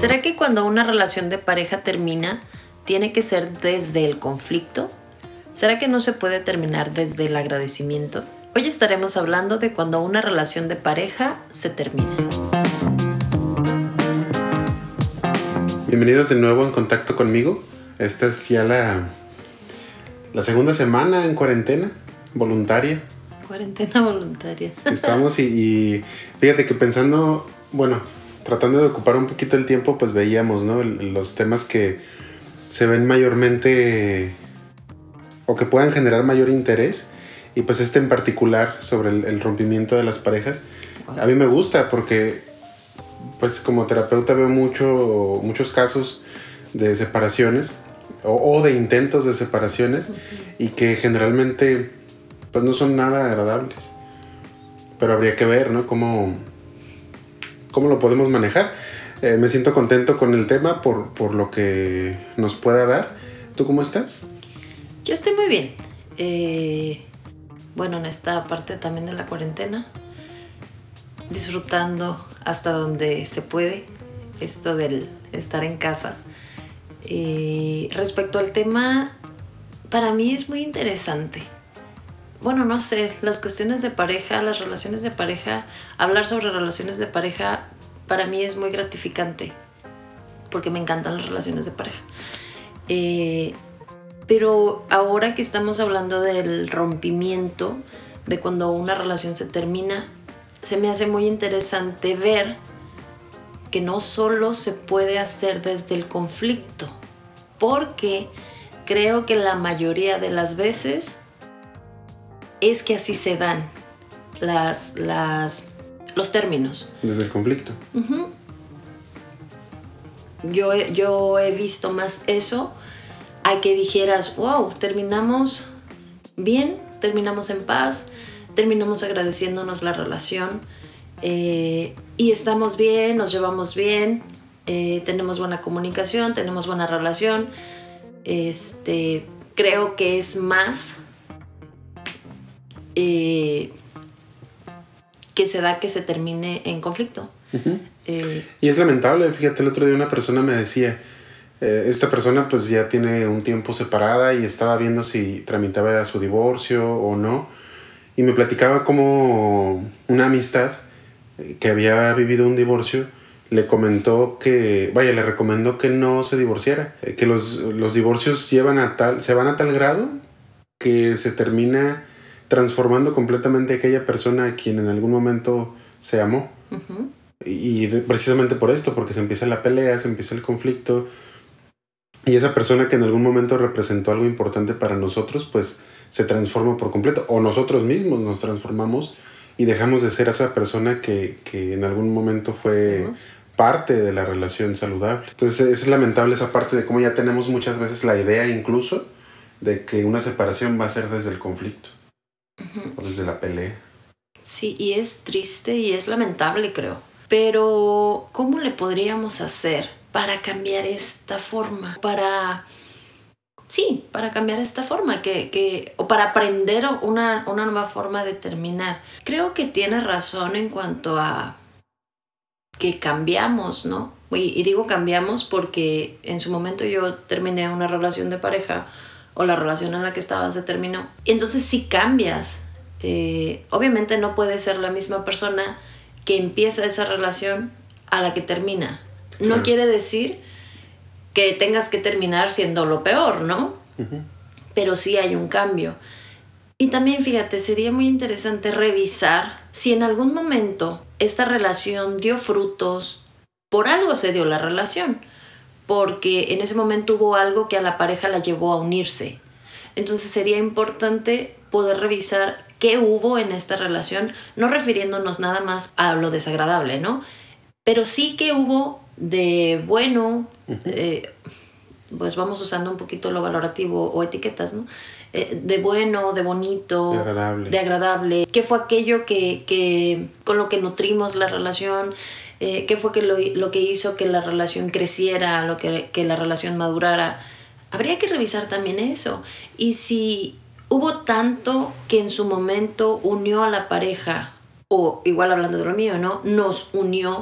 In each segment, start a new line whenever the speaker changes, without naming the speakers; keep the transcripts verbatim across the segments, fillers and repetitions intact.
¿Será que cuando una relación de pareja termina, tiene que ser desde el conflicto? ¿Será que no se puede terminar desde el agradecimiento? Hoy estaremos hablando de cuando una relación de pareja se termina.
Bienvenidos de nuevo en contacto conmigo. Esta es ya la, la segunda semana en cuarentena voluntaria.
Cuarentena voluntaria.
Estamos y, y fíjate que pensando, bueno, tratando de ocupar un poquito el tiempo, pues veíamos, ¿no? Los temas que se ven mayormente o que puedan generar mayor interés. Y pues este en particular sobre el, el rompimiento de las parejas. A mí me gusta porque pues como terapeuta veo mucho, muchos casos de separaciones o, o de intentos de separaciones uh-huh. y que generalmente pues no son nada agradables. Pero habría que ver, ¿no? Cómo, cómo lo podemos manejar. Eh, me siento contento con el tema por, por lo que nos pueda dar. ¿Tú cómo estás?
Yo estoy muy bien. Eh... Bueno, en esta parte también de la cuarentena, disfrutando hasta donde se puede esto del estar en casa. Y respecto al tema, para mí es muy interesante. Bueno, no sé, las cuestiones de pareja, las relaciones de pareja, hablar sobre relaciones de pareja, para mí es muy gratificante, porque me encantan las relaciones de pareja. Eh... Pero ahora que estamos hablando del rompimiento, de cuando una relación se termina, se me hace muy interesante ver que no solo se puede hacer desde el conflicto, porque creo que la mayoría de las veces es que así se dan las, las, los términos.
Desde el conflicto.
Uh-huh. Yo, yo he visto más eso a que dijeras, wow, terminamos bien, terminamos en paz, terminamos agradeciéndonos la relación eh, y estamos bien, nos llevamos bien, eh, tenemos buena comunicación, tenemos buena relación. Este, creo que es más eh, que se da que se termine en conflicto.
Uh-huh. Eh, y es lamentable, fíjate, el otro día una persona me decía, esta persona pues ya tiene un tiempo separada y estaba viendo si tramitaba su divorcio o no. Y me platicaba como una amistad que había vivido un divorcio le comentó que, vaya, le recomendó que no se divorciara. Que los, los divorcios llevan a tal, se van a tal grado que se termina transformando completamente a aquella persona a quien en algún momento se amó. Uh-huh. Y, y de, precisamente por esto, porque se empieza la pelea, se empieza el conflicto. Y esa persona que en algún momento representó algo importante para nosotros, pues se transforma por completo. O nosotros mismos nos transformamos y dejamos de ser esa persona que, que en algún momento fue sí, parte de la relación saludable. Entonces es lamentable esa parte de cómo ya tenemos muchas veces la idea incluso de que una separación va a ser desde el conflicto. Uh-huh. O desde la pelea.
Sí, y es triste y es lamentable, creo. Pero ¿cómo le podríamos hacer para cambiar esta forma? Para, sí, para cambiar esta forma, que, que, o para aprender una, una nueva forma de terminar. Creo que tiene razón en cuanto a que cambiamos, ¿no? Y, y digo cambiamos porque en su momento yo terminé una relación de pareja o la relación en la que estaba se terminó. Y entonces sí cambias. Eh, obviamente no puede ser la misma persona que empieza esa relación a la que termina. No claro. Quiere decir que tengas que terminar siendo lo peor, ¿no? Uh-huh. Pero sí hay un cambio. Y también, fíjate, sería muy interesante revisar si en algún momento esta relación dio frutos. Por algo se dio la relación, porque en ese momento hubo algo que a la pareja la llevó a unirse. Entonces sería importante poder revisar qué hubo en esta relación, no refiriéndonos nada más a lo desagradable, ¿no? Pero sí que hubo de bueno, uh-huh. eh, pues vamos usando un poquito lo valorativo o etiquetas, ¿no? Eh, de bueno, de bonito,
de agradable.
de agradable. ¿Qué fue aquello que, que con lo que nutrimos la relación? Eh, ¿Qué fue que lo, lo que hizo que la relación creciera, lo que, que la relación madurara? Habría que revisar también eso. Y si hubo tanto que en su momento unió a la pareja, o igual hablando de lo mío, ¿no? Nos unió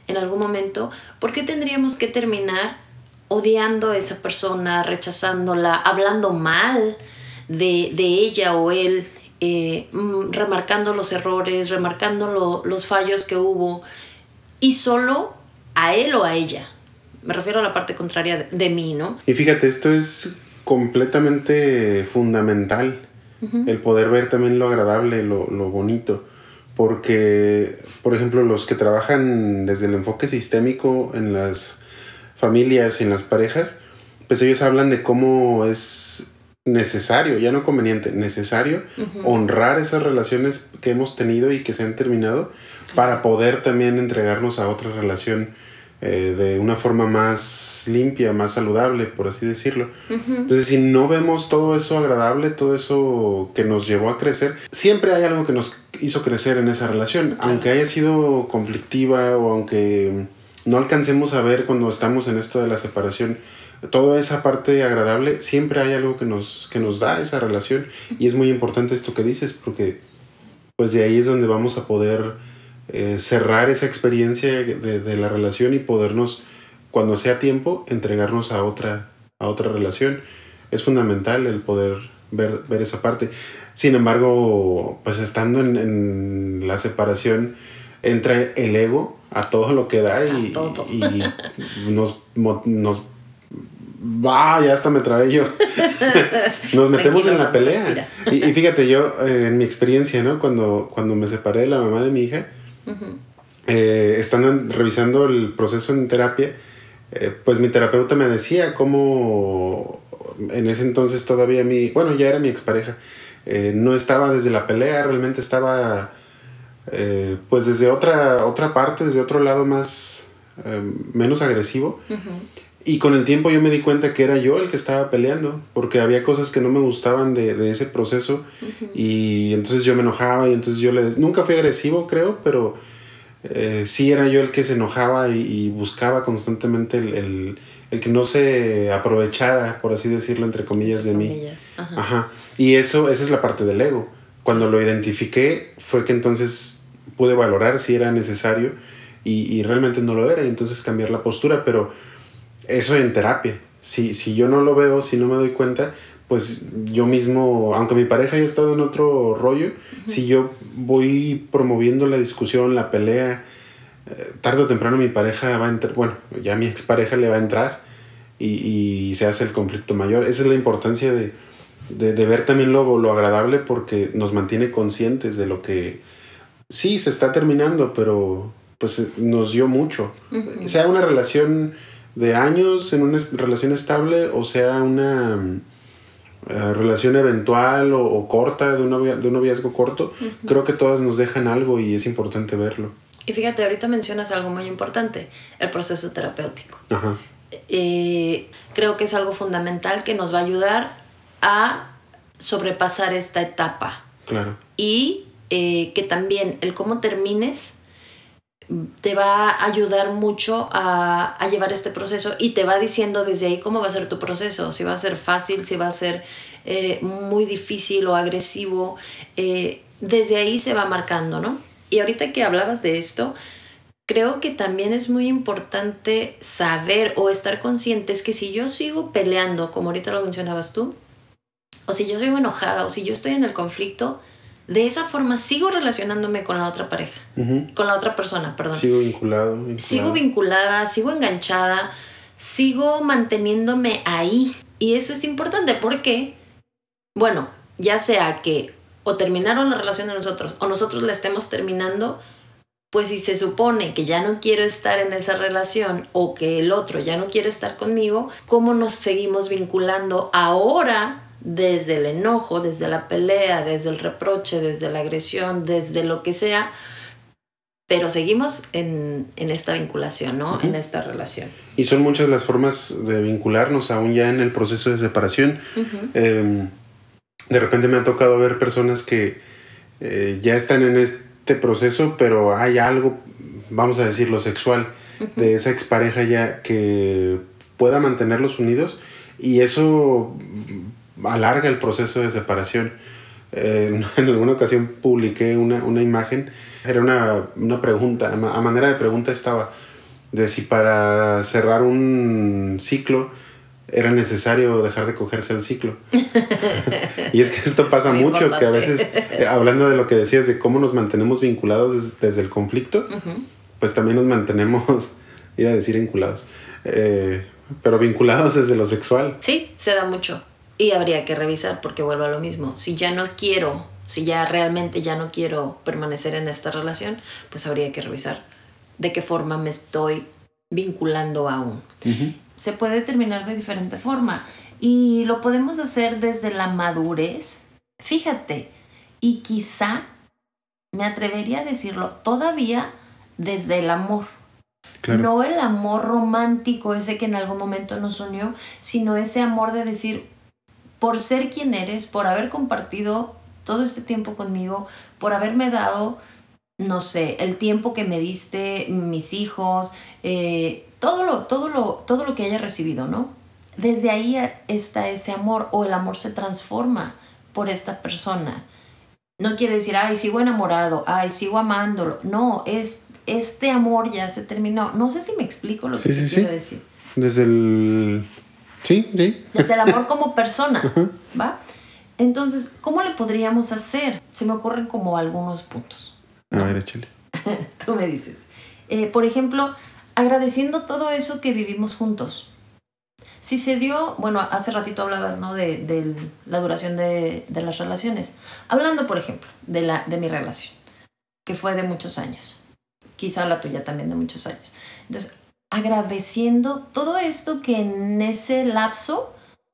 en algún momento, ¿por qué tendríamos que terminar odiando a esa persona, rechazándola, hablando mal de, de ella o él, eh, remarcando los errores, remarcando lo, los fallos que hubo, y solo a él o a ella? Me refiero a la parte contraria de, de mí, ¿no?
Y fíjate, esto es completamente fundamental, uh-huh. el poder ver también lo agradable, lo, lo bonito. Porque, por ejemplo, los que trabajan desde el enfoque sistémico en las familias y en las parejas, pues ellos hablan de cómo es necesario, ya no conveniente, necesario uh-huh. honrar esas relaciones que hemos tenido y que se han terminado para poder también entregarnos a otra relación eh, de una forma más limpia, más saludable, por así decirlo. Uh-huh. Entonces, si no vemos todo eso agradable, todo eso que nos llevó a crecer, siempre hay algo que nos hizo crecer en esa relación, uh-huh. aunque haya sido conflictiva o aunque no alcancemos a ver cuando estamos en esto de la separación toda esa parte agradable, siempre hay algo que nos, que nos da esa relación. Y es muy importante esto que dices, porque pues de ahí es donde vamos a poder eh, cerrar esa experiencia de, de la relación y podernos, cuando sea tiempo, entregarnos a otra, a otra relación. Es fundamental el poder ver, ver esa parte. Sin embargo, pues estando en, en la separación, entra el ego a todo lo que da y, y nos, nos va, ya hasta me trabé yo. Nos metemos en la pelea. Y, y fíjate, yo, eh, en mi experiencia, ¿no? Cuando, cuando me separé de la mamá de mi hija, uh-huh. eh, estando revisando el proceso en terapia, eh, pues mi terapeuta me decía cómo en ese entonces todavía mi, bueno, ya era mi expareja, eh, no estaba desde la pelea, realmente estaba eh, pues desde otra, otra parte, desde otro lado más, eh, menos agresivo. Uh-huh. Y con el tiempo yo me di cuenta que era yo el que estaba peleando, porque había cosas que no me gustaban de, de ese proceso, uh-huh. y entonces yo me enojaba y entonces yo le... Nunca fui agresivo, creo, pero eh, sí era yo el que se enojaba y, y buscaba constantemente el, el, el que no se aprovechara, por así decirlo, entre comillas, de mí. Ajá. Ajá. Y eso, esa es la parte del ego. Cuando lo identifiqué fue que entonces pude valorar si era necesario y, y realmente no lo era, y entonces cambiar la postura, pero... Eso en terapia. Si, si yo no lo veo, si no me doy cuenta, pues yo mismo, aunque mi pareja haya estado en otro rollo, uh-huh. si yo voy promoviendo la discusión, la pelea, eh, tarde o temprano mi pareja va a entrar, bueno, ya mi expareja le va a entrar y, y se hace el conflicto mayor. Esa es la importancia de, de, de ver también lo, lo agradable, porque nos mantiene conscientes de lo que sí se está terminando, pero pues nos dio mucho. Uh-huh. Sea una relación de años en una relación estable, o sea una uh, relación eventual o, o corta, de un, novia, de un noviazgo corto, uh-huh. creo que todas nos dejan algo y es importante verlo.
Y fíjate, ahorita mencionas algo muy importante, el proceso terapéutico.
Ajá.
Eh, creo que es algo fundamental que nos va a ayudar a sobrepasar esta etapa.
Claro.
Y eh, que también el cómo termines te va a ayudar mucho a, a llevar este proceso, y te va diciendo desde ahí cómo va a ser tu proceso, si va a ser fácil, si va a ser eh, muy difícil o agresivo. Eh, desde ahí se va marcando, ¿no? Y ahorita que hablabas de esto, creo que también es muy importante saber o estar conscientes que si yo sigo peleando, como ahorita lo mencionabas tú, o si yo sigo enojada, o si yo estoy en el conflicto, de esa forma sigo relacionándome con la otra pareja, uh-huh. con la otra persona, perdón.
Sigo vinculado, vinculado.
Sigo vinculada, sigo enganchada, sigo manteniéndome ahí. Y eso es importante porque, bueno, ya sea que o terminaron la relación de nosotros o nosotros la estemos terminando, pues si se supone que ya no quiero estar en esa relación o que el otro ya no quiere estar conmigo, ¿cómo nos seguimos vinculando ahora? Desde el enojo, desde la pelea, desde el reproche, desde la agresión, desde lo que sea, pero seguimos en, en esta vinculación, ¿no? Uh-huh. En esta relación.
Y son muchas las formas de vincularnos, aún ya en el proceso de separación. Uh-huh. Eh, de repente me ha tocado ver personas que eh, ya están en este proceso, pero hay algo, vamos a decirlo, sexual, uh-huh. de esa expareja ya que pueda mantenerlos unidos, y eso alarga el proceso de separación. Eh, en alguna ocasión publiqué una, una imagen, era una, una pregunta, a manera de pregunta estaba, de si para cerrar un ciclo era necesario dejar de cogerse el ciclo. Y es que esto pasa mucho, importante. Que a veces, eh, hablando de lo que decías, de cómo nos mantenemos vinculados des, desde el conflicto, uh-huh. pues también nos mantenemos, iba a decir vinculados, eh, pero vinculados desde lo sexual.
Sí, se da mucho. Y habría que revisar, porque vuelvo a lo mismo. Si ya no quiero, si ya realmente ya no quiero permanecer en esta relación, pues habría que revisar de qué forma me estoy vinculando aún. Uh-huh. Se puede terminar de diferente forma y lo podemos hacer desde la madurez. Fíjate, y quizá me atrevería a decirlo todavía desde el amor. Claro. No el amor romántico ese que en algún momento nos unió, sino ese amor de decir, por ser quien eres, por haber compartido todo este tiempo conmigo, por haberme dado, no sé, el tiempo que me diste, mis hijos, eh, todo lo, todo lo, todo lo que haya recibido, ¿no? Desde ahí está ese amor, o el amor se transforma por esta persona. No quiere decir, ay, sigo enamorado, ay, sigo amándolo. No, es, este amor ya se terminó. No sé si me explico lo que
sí,
te
sí,
quiero
sí.
decir.
Desde el... Sí, sí.
Desde el amor como persona, uh-huh. ¿va? Entonces, ¿cómo le podríamos hacer? Se me ocurren como algunos puntos.
A ver, échale.
Tú me dices. Eh, por ejemplo, agradeciendo todo eso que vivimos juntos. Si se dio, bueno, hace ratito hablabas, ¿no? De, de la duración de, de las relaciones. Hablando, por ejemplo, de, la, de mi relación, que fue de muchos años. Quizá la tuya también de muchos años. Entonces, agradeciendo todo esto que en ese lapso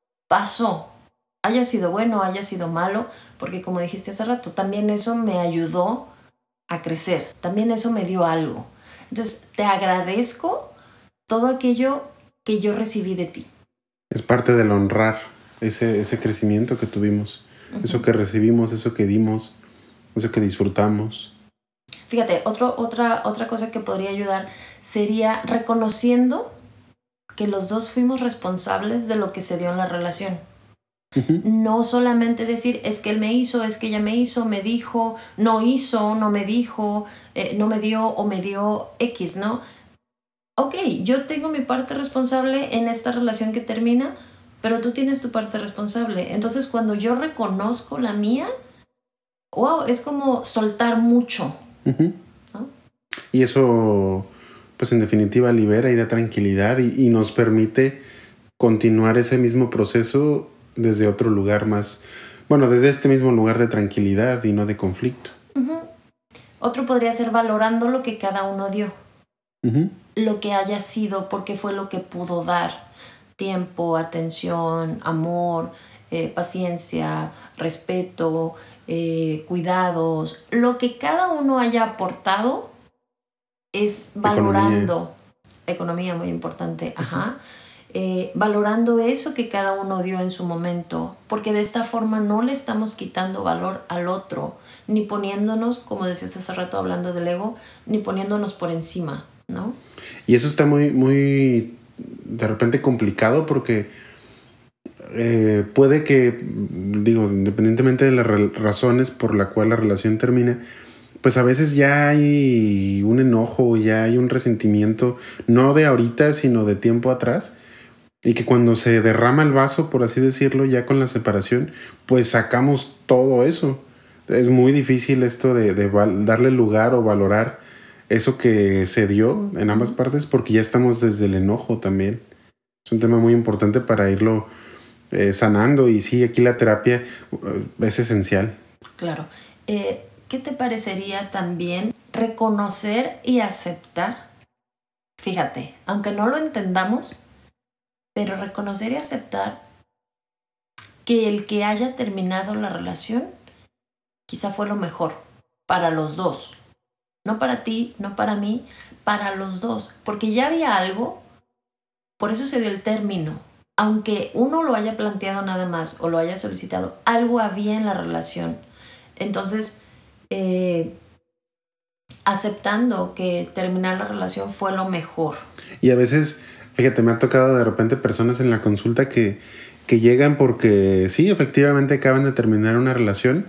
pasó. Haya sido bueno, haya sido malo, porque como dijiste hace rato, también eso me ayudó a crecer. También eso me dio algo. Entonces, te agradezco todo aquello que yo recibí de ti.
Es parte del honrar ese, ese crecimiento que tuvimos. Uh-huh. Eso que recibimos, eso que dimos, eso que disfrutamos.
Fíjate, otro, otra, otra cosa que podría ayudar sería reconociendo que los dos fuimos responsables de lo que se dio en la relación. Uh-huh. No solamente decir, es que él me hizo, es que ella me hizo, me dijo, no hizo, no me dijo, eh, no me dio o me dio X, ¿no? Ok, yo tengo mi parte responsable en esta relación que termina, pero tú tienes tu parte responsable. Entonces, cuando yo reconozco la mía, wow, es como soltar mucho.
Uh-huh. ¿No? Y eso, pues en definitiva, libera y da tranquilidad y, y nos permite continuar ese mismo proceso desde otro lugar más, bueno, desde este mismo lugar de tranquilidad y no de conflicto.
Uh-huh. Otro podría ser valorando lo que cada uno dio.
Uh-huh.
Lo que haya sido, porque fue lo que pudo dar. Tiempo, atención, amor, eh, paciencia, respeto, eh, cuidados. Lo que cada uno haya aportado es valorando. Economía, Economía muy importante. Uh-huh. Ajá. Eh, valorando eso que cada uno dio en su momento, porque de esta forma no le estamos quitando valor al otro, ni poniéndonos, como decías hace rato hablando del ego, ni poniéndonos por encima, ¿no?
Y eso está muy, muy de repente complicado porque eh, puede que, digo, independientemente de las re- razones por la cual la relación termina, pues a veces ya hay un enojo, ya hay un resentimiento, no de ahorita, sino de tiempo atrás. Y que cuando se derrama el vaso, por así decirlo, ya con la separación, pues sacamos todo eso. Es muy difícil esto de, de val- darle lugar o valorar eso que se dio en ambas partes, porque ya estamos desde el enojo también. Es un tema muy importante para irlo eh, sanando. Y sí, aquí la terapia uh, es esencial.
Claro. Eh, ¿Qué te parecería también reconocer y aceptar? Fíjate, aunque no lo entendamos, pero reconocer y aceptar que el que haya terminado la relación quizá fue lo mejor para los dos. No para ti, no para mí, para los dos. Porque ya había algo, por eso se dio el término. Aunque uno lo haya planteado nada más o lo haya solicitado, algo había en la relación. Entonces, eh, aceptando que terminar la relación fue lo mejor.
Y a veces... Fíjate, me ha tocado de repente personas en la consulta que, que llegan porque sí, efectivamente acaban de terminar una relación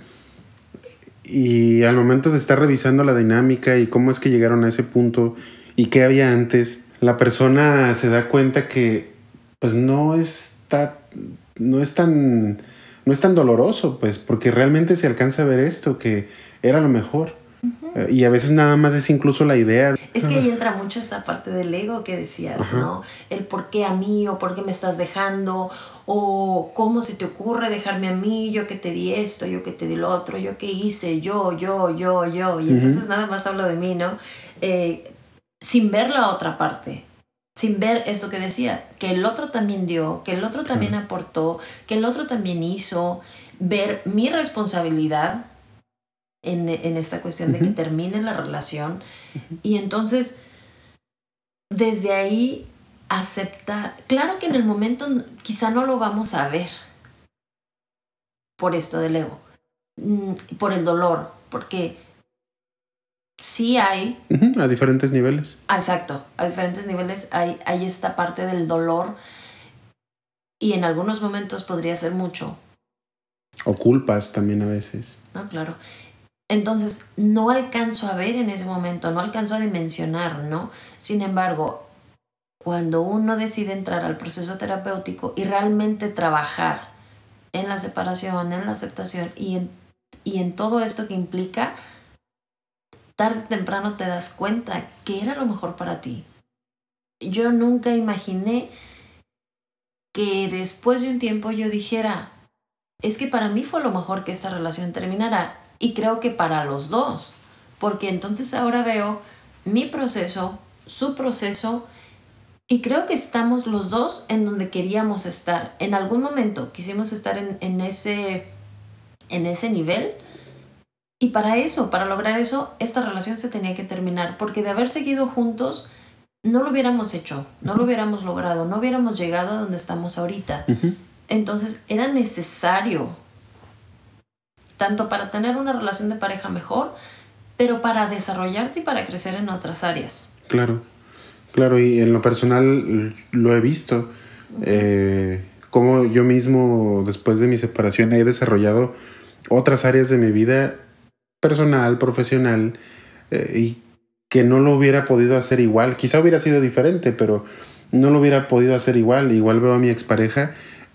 y al momento de estar revisando la dinámica y cómo es que llegaron a ese punto y qué había antes la persona se da cuenta que pues no está, no es tan, no es tan doloroso, pues, porque realmente se alcanza a ver esto, que era lo mejor. Uh-huh. Y a veces nada más es incluso la idea.
Es que ahí entra mucho esta parte del ego que decías, uh-huh. ¿no? El por qué a mí, o por qué me estás dejando, o cómo se te ocurre dejarme a mí, yo que te di esto, yo que te di lo otro, yo que hice, yo, yo, yo, yo. Y uh-huh. entonces nada más hablo de mí, ¿no? Eh, sin ver la otra parte. Sin ver eso que decía, que el otro también dio, que el otro claro. también aportó, que el otro también hizo. Ver mi responsabilidad en, en esta cuestión uh-huh. de que termine la relación. Uh-huh. Y entonces, desde ahí, aceptar. Claro que en el momento quizá no lo vamos a ver por esto del ego, por el dolor, porque sí hay...
Uh-huh. A diferentes niveles.
Exacto, a diferentes niveles hay, hay esta parte del dolor y en algunos momentos podría ser mucho.
O culpas también a veces.
No, claro. Entonces, no alcanzo a ver en ese momento, no alcanzo a dimensionar, ¿no? Sin embargo, cuando uno decide entrar al proceso terapéutico y realmente trabajar en la separación, en la aceptación y en, y en todo esto que implica, tarde o temprano te das cuenta que era lo mejor para ti. Yo nunca imaginé que después de un tiempo yo dijera, es que para mí fue lo mejor que esta relación terminara. Y creo que para los dos. Porque entonces ahora veo mi proceso, su proceso, y creo que estamos los dos en donde queríamos estar. En algún momento quisimos estar en, en, ese, en ese nivel. Y para eso, para lograr eso, esta relación se tenía que terminar. Porque de haber seguido juntos, no lo hubiéramos hecho, no lo hubiéramos logrado, no hubiéramos llegado a donde estamos ahorita. Uh-huh. Entonces era necesario, tanto para tener una relación de pareja mejor, pero para desarrollarte y para crecer en otras áreas.
Claro, claro, y en lo personal lo he visto, uh-huh. eh, como yo mismo después de mi separación he desarrollado otras áreas de mi vida personal, profesional, eh, y que no lo hubiera podido hacer igual. Quizá hubiera sido diferente, pero no lo hubiera podido hacer igual. Igual veo a mi expareja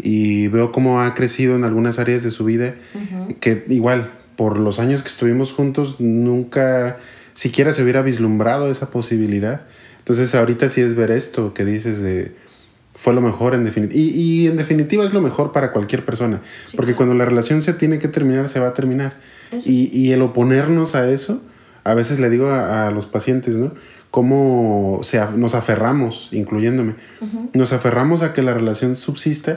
y veo cómo ha crecido en algunas áreas de su vida, uh-huh. que igual, por los años que estuvimos juntos, nunca siquiera se hubiera vislumbrado esa posibilidad. Entonces ahorita sí es ver esto que dices de fue lo mejor en definitiva. Y, y en definitiva es lo mejor para cualquier persona. Sí, porque claro. Cuando la relación se tiene que terminar, se va a terminar. Y, y el oponernos a eso, a veces le digo a, a los pacientes, ¿no? Cómo se, nos aferramos, incluyéndome. Uh-huh. Nos aferramos a que la relación subsista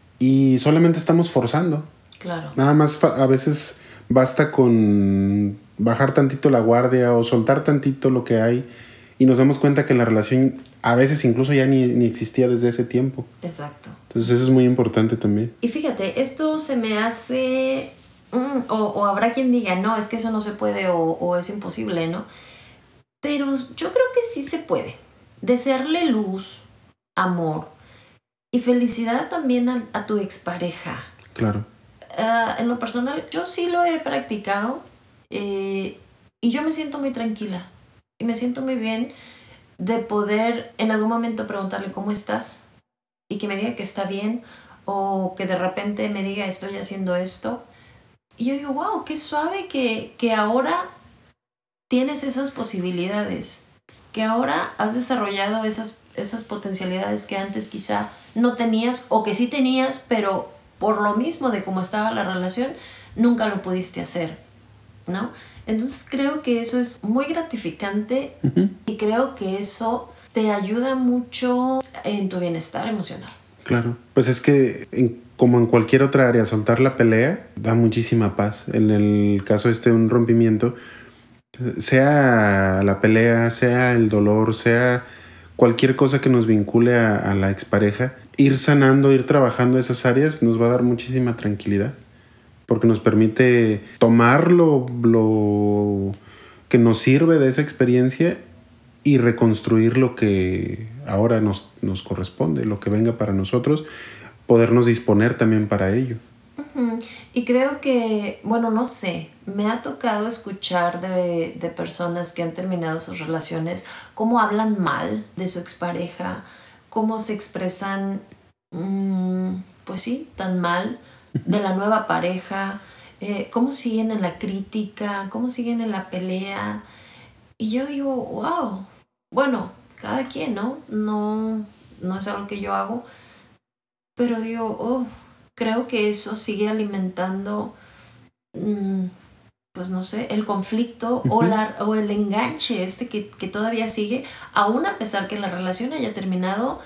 y solamente estamos forzando.
Claro.
Nada más fa- a veces basta con bajar tantito la guardia o soltar tantito lo que hay y nos damos cuenta que la relación a veces incluso ya ni, ni existía desde ese tiempo.
Exacto.
Entonces eso es muy importante también.
Y fíjate, esto se me hace... Mm, o, o habrá quien diga, no, es que eso no se puede o, o es imposible, ¿no? Pero yo creo que sí se puede. Desearle luz, amor y felicidad también a, a tu expareja.
Claro.
Uh, en lo personal, yo sí lo he practicado eh, y yo me siento muy tranquila y me siento muy bien de poder en algún momento preguntarle cómo estás y que me diga que está bien o que de repente me diga estoy haciendo esto. Y yo digo, wow, qué suave que, que ahora tienes esas posibilidades, que ahora has desarrollado esas, esas potencialidades que antes quizá no tenías o que sí tenías, pero por lo mismo de cómo estaba la relación, nunca lo pudiste hacer, ¿no? Entonces creo que eso es muy gratificante uh-huh. y creo que eso te ayuda mucho en tu bienestar emocional.
Claro, pues es que en, como en cualquier otra área, soltar la pelea da muchísima paz. En el caso este de un rompimiento, sea la pelea, sea el dolor, sea cualquier cosa que nos vincule a, a la expareja, ir sanando, ir trabajando esas áreas nos va a dar muchísima tranquilidad. Porque nos permite tomar lo, lo que nos sirve de esa experiencia y reconstruir lo que ahora nos, nos corresponde, lo que venga para nosotros, podernos disponer también para ello.
Uh-huh. Y creo que, bueno, no sé, me ha tocado escuchar de, de personas que han terminado sus relaciones, cómo hablan mal de su expareja, cómo se expresan, mmm, pues sí, tan mal de la nueva pareja, eh, cómo siguen en la crítica, cómo siguen en la pelea. Y yo digo, wow, bueno, cada quien, ¿no? No, no es algo que yo hago, pero digo, oh, creo que eso sigue alimentando, mmm, pues no sé, el conflicto uh-huh. o, la, o el enganche este que, que todavía sigue, aún a pesar que la relación haya terminado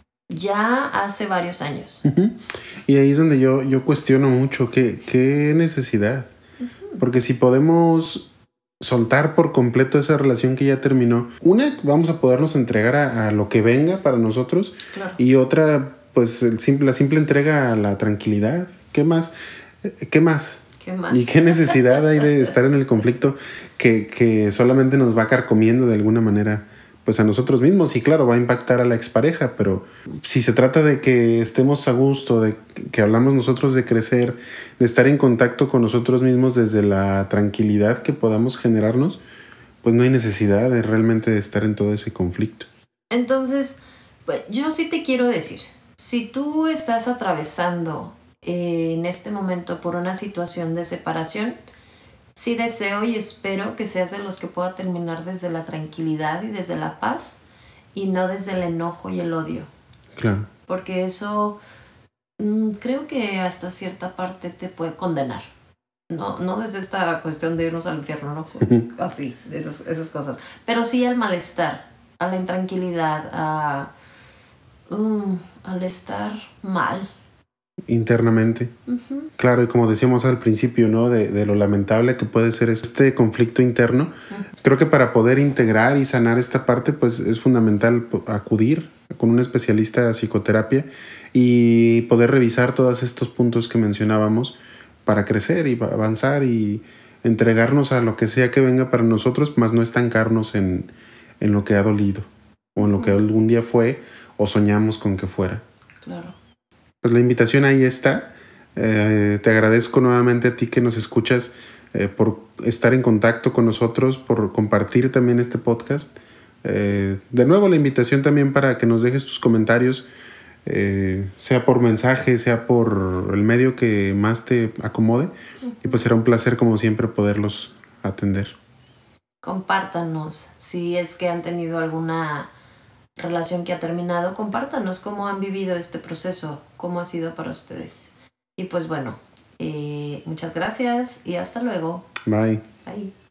ya hace varios años.
Uh-huh. Y ahí es donde yo, yo cuestiono mucho qué, qué necesidad. Uh-huh. Porque si podemos soltar por completo esa relación que ya terminó, una, vamos a podernos entregar a, a lo que venga para nosotros.
Claro.
Y otra, pues el simple, la simple entrega a la tranquilidad. ¿Qué más? ¿Qué más?
¿Qué más?
¿Y qué necesidad hay de estar en el conflicto que, que solamente nos va carcomiendo de alguna manera pues a nosotros mismos? Y claro, va a impactar a la expareja, pero si se trata de que estemos a gusto, de que hablamos nosotros de crecer, de estar en contacto con nosotros mismos desde la tranquilidad que podamos generarnos, pues no hay necesidad de realmente de estar en todo ese conflicto.
Entonces, pues, yo sí te quiero decir, si tú estás atravesando eh, en este momento por una situación de separación, sí deseo y espero que seas de los que pueda terminar desde la tranquilidad y desde la paz y no desde el enojo y el odio.
Claro.
Porque eso mmm, creo que hasta cierta parte te puede condenar. No, no desde esta cuestión de irnos al infierno, ¿no? Así, de esas, esas cosas. Pero sí al malestar, a la intranquilidad, a, um, al estar mal.
Internamente. Uh-huh. Claro, y como decíamos al principio, ¿no? De, de lo lamentable que puede ser este conflicto interno. Uh-huh. Creo que para poder integrar y sanar esta parte, pues es fundamental acudir con un especialista de psicoterapia y poder revisar todos estos puntos que mencionábamos para crecer y avanzar y entregarnos a lo que sea que venga para nosotros, más no estancarnos en, en lo que ha dolido o en lo que algún día fue o soñamos con que fuera.
Claro.
Pues la invitación ahí está. Eh, te agradezco nuevamente a ti que nos escuchas eh, por estar en contacto con nosotros, por compartir también este podcast. Eh, de nuevo la invitación también para que nos dejes tus comentarios, eh, sea por mensaje, sea por el medio que más te acomode. Uh-huh. Y pues será un placer como siempre poderlos atender.
Compártanos si es que han tenido alguna relación que ha terminado, compártanos cómo han vivido este proceso, cómo ha sido para ustedes. Y pues bueno, eh, muchas gracias y hasta luego.
Bye.
Bye.